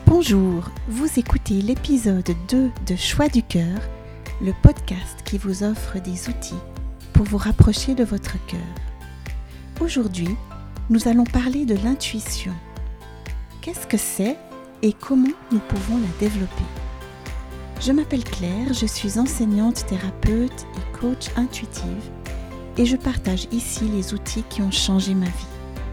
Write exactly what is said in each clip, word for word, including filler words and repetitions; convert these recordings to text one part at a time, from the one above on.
Bonjour, vous écoutez l'épisode deux de Choix du cœur, le podcast qui vous offre des outils pour vous rapprocher de votre cœur. Aujourd'hui, nous allons parler de l'intuition. Qu'est-ce que c'est et comment nous pouvons la développer? Je m'appelle Claire, je suis enseignante, thérapeute et coach intuitive et je partage ici les outils qui ont changé ma vie.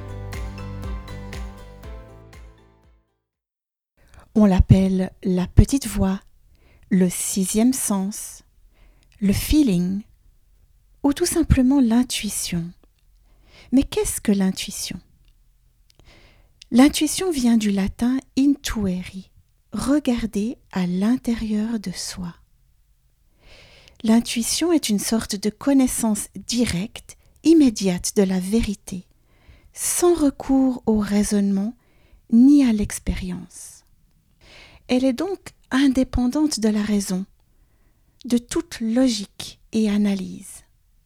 On l'appelle la petite voix, le sixième sens, le feeling ou tout simplement l'intuition. Mais qu'est-ce que l'intuition? L'intuition vient du latin intuere, regarder à l'intérieur de soi. L'intuition est une sorte de connaissance directe, immédiate de la vérité, sans recours au raisonnement ni à l'expérience. Elle est donc indépendante de la raison, de toute logique et analyse.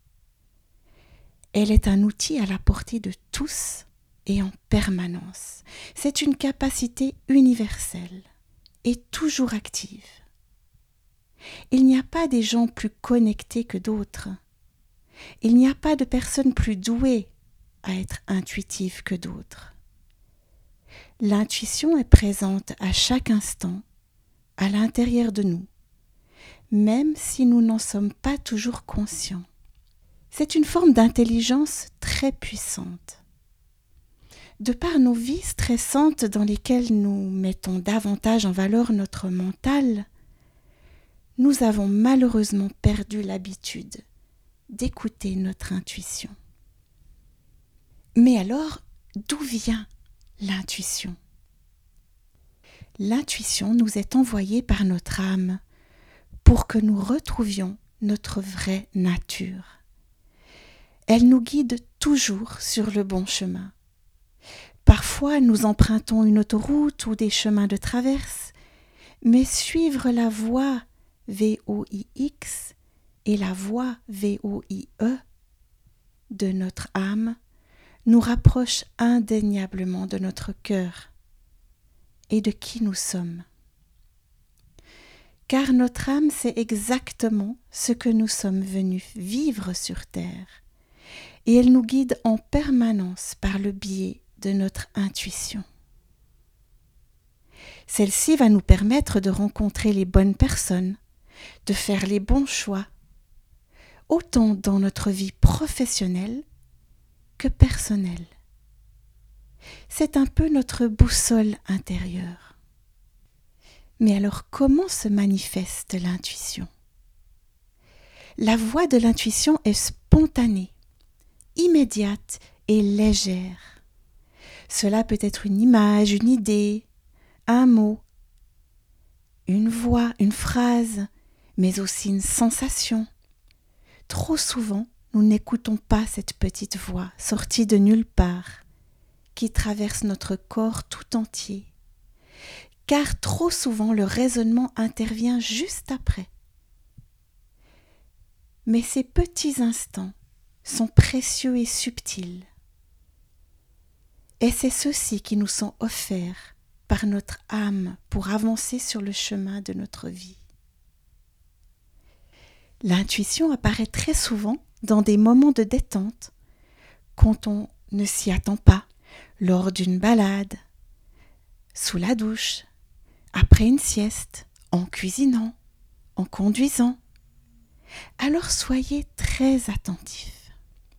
Elle est un outil à la portée de tous et en permanence. C'est une capacité universelle et toujours active. Il n'y a pas des gens plus connectés que d'autres. Il n'y a pas de personnes plus douées à être intuitives que d'autres. L'intuition est présente à chaque instant, à l'intérieur de nous, même si nous n'en sommes pas toujours conscients. C'est une forme d'intelligence très puissante. De par nos vies stressantes dans lesquelles nous mettons davantage en valeur notre mental, nous avons malheureusement perdu l'habitude d'écouter notre intuition. Mais alors, d'où vient l'intuition? L'intuition nous est envoyée par notre âme pour que nous retrouvions notre vraie nature. Elle nous guide toujours sur le bon chemin. Parfois, nous empruntons une autoroute ou des chemins de traverse, mais suivre la voie V O I X et la voie V O I E de notre âme nous rapproche indéniablement de notre cœur et de qui nous sommes. Car notre âme sait exactement ce que nous sommes venus vivre sur terre et elle nous guide en permanence par le biais de notre intuition. Celle-ci va nous permettre de rencontrer les bonnes personnes, de faire les bons choix, autant dans notre vie professionnelle que personnelle. C'est un peu notre boussole intérieure. Mais alors, comment se manifeste l'intuition? La voie de l'intuition est spontanée, immédiate et légère. Cela peut être une image, une idée, un mot, une voix, une phrase, mais aussi une sensation. Trop souvent, nous n'écoutons pas cette petite voix sortie de nulle part, qui traverse notre corps tout entier, car trop souvent le raisonnement intervient juste après. Mais ces petits instants sont précieux et subtils, et c'est ceux-ci qui nous sont offerts par notre âme pour avancer sur le chemin de notre vie. L'intuition apparaît très souvent dans des moments de détente, quand on ne s'y attend pas, lors d'une balade, sous la douche, après une sieste, en cuisinant, en conduisant. Alors soyez très attentifs.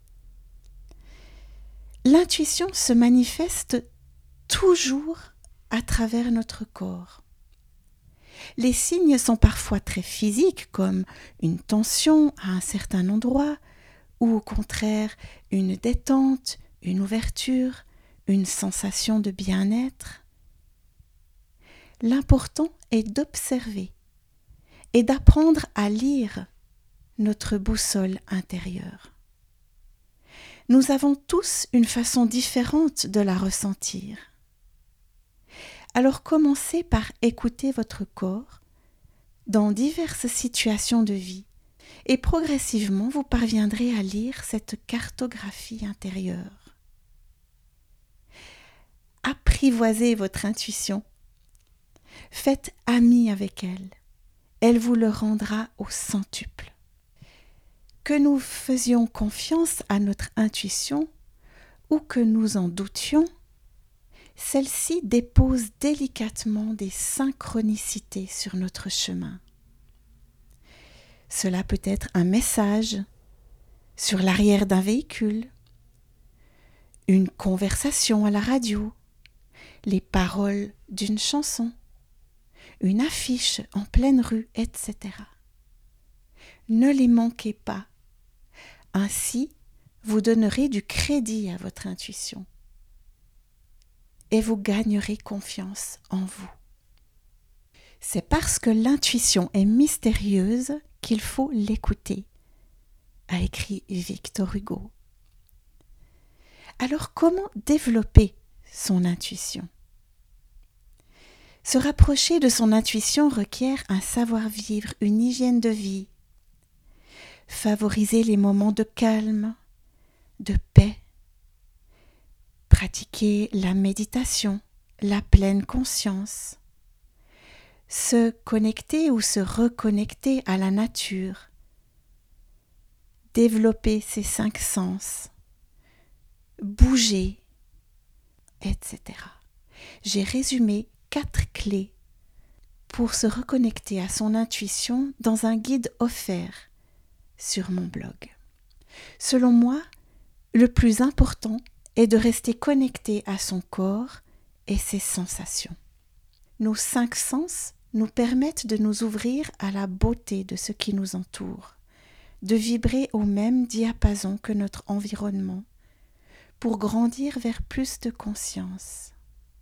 L'intuition se manifeste toujours à travers notre corps. Les signes sont parfois très physiques, comme une tension à un certain endroit, ou au contraire une détente, une ouverture, une sensation de bien-être. L'important est d'observer et d'apprendre à lire notre boussole intérieure. Nous avons tous une façon différente de la ressentir. Alors commencez par écouter votre corps dans diverses situations de vie et progressivement vous parviendrez à lire cette cartographie intérieure. Apprivoisez votre intuition Faites ami avec elle. Elle vous le rendra au centuple. Que nous faisions confiance à notre intuition ou que nous en doutions, celle-ci dépose délicatement des synchronicités sur notre chemin. Cela peut être un message sur l'arrière d'un véhicule, une conversation à la radio, les paroles d'une chanson, une affiche en pleine rue, et cetera. Ne les manquez pas. Ainsi, vous donnerez du crédit à votre intuition et vous gagnerez confiance en vous. C'est parce que l'intuition est mystérieuse qu'il faut l'écouter, a écrit Victor Hugo. Alors comment développer son intuition ? Se rapprocher de son intuition requiert un savoir-vivre, une hygiène de vie. Favoriser les moments de calme, de paix. Pratiquer la méditation, la pleine conscience. Se connecter ou se reconnecter à la nature. Développer ses cinq sens. Bouger, et cetera. J'ai résumé quatre clés pour se reconnecter à son intuition dans un guide offert sur mon blog. Selon moi, le plus important est de rester connecté à son corps et ses sensations. Nos cinq sens nous permettent de nous ouvrir à la beauté de ce qui nous entoure, de vibrer au même diapason que notre environnement, pour grandir vers plus de conscience.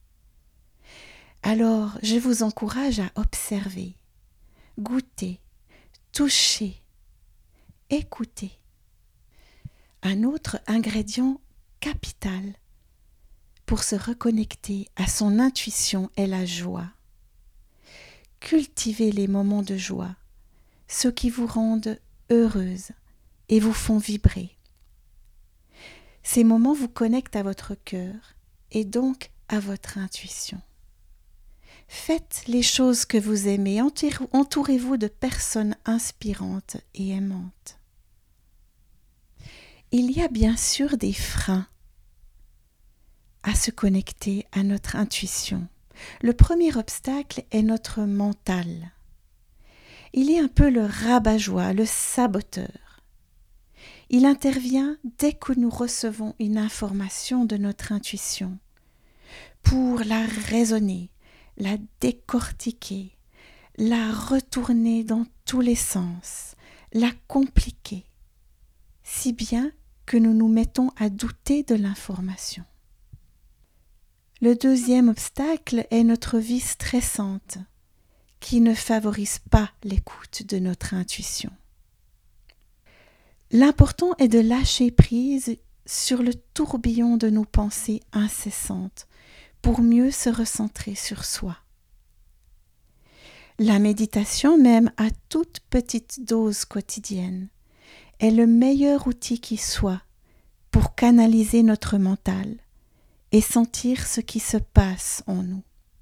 Alors, je vous encourage à observer, goûter, toucher, écouter. Un autre ingrédient capital pour se reconnecter à son intuition est la joie. Cultivez les moments de joie, ceux qui vous rendent heureuse et vous font vibrer. Ces moments vous connectent à votre cœur et donc à votre intuition. Faites les choses que vous aimez, entourez-vous de personnes inspirantes et aimantes. Il y a bien sûr des freins à se connecter à notre intuition. Le premier obstacle est notre mental. Il est un peu le rabat-joie, le saboteur. Il intervient dès que nous recevons une information de notre intuition pour la raisonner, la décortiquer, la retourner dans tous les sens, la compliquer, si bien que nous nous mettons à douter de l'information. Le deuxième obstacle est notre vie stressante, qui ne favorise pas l'écoute de notre intuition. L'important est de lâcher prise sur le tourbillon de nos pensées incessantes pour mieux se recentrer sur soi. La méditation, même à toute petite dose quotidienne, est le meilleur outil qui soit pour canaliser notre mental et sentir ce qui se passe en nous.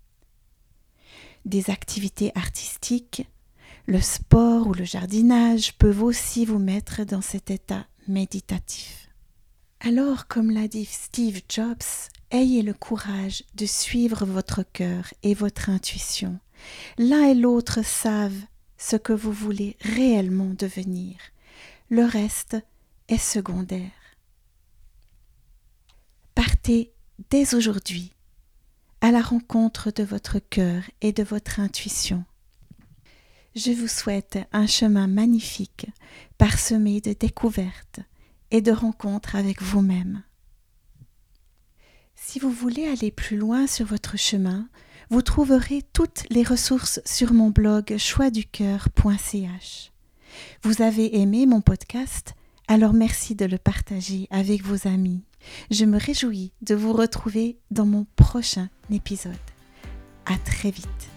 Des activités artistiques, le sport ou le jardinage peuvent aussi vous mettre dans cet état méditatif. Alors, comme l'a dit Steve Jobs, ayez le courage de suivre votre cœur et votre intuition. L'un et l'autre savent ce que vous voulez réellement devenir. Le reste est secondaire. Partez dès aujourd'hui à la rencontre de votre cœur et de votre intuition. Je vous souhaite un chemin magnifique, parsemé de découvertes et de rencontres avec vous-même. Si vous voulez aller plus loin sur votre chemin, vous trouverez toutes les ressources sur mon blog choix du cœur point c h. Vous avez aimé mon podcast? Alors merci de le partager avec vos amis. Je me réjouis de vous retrouver dans mon prochain épisode. À très vite.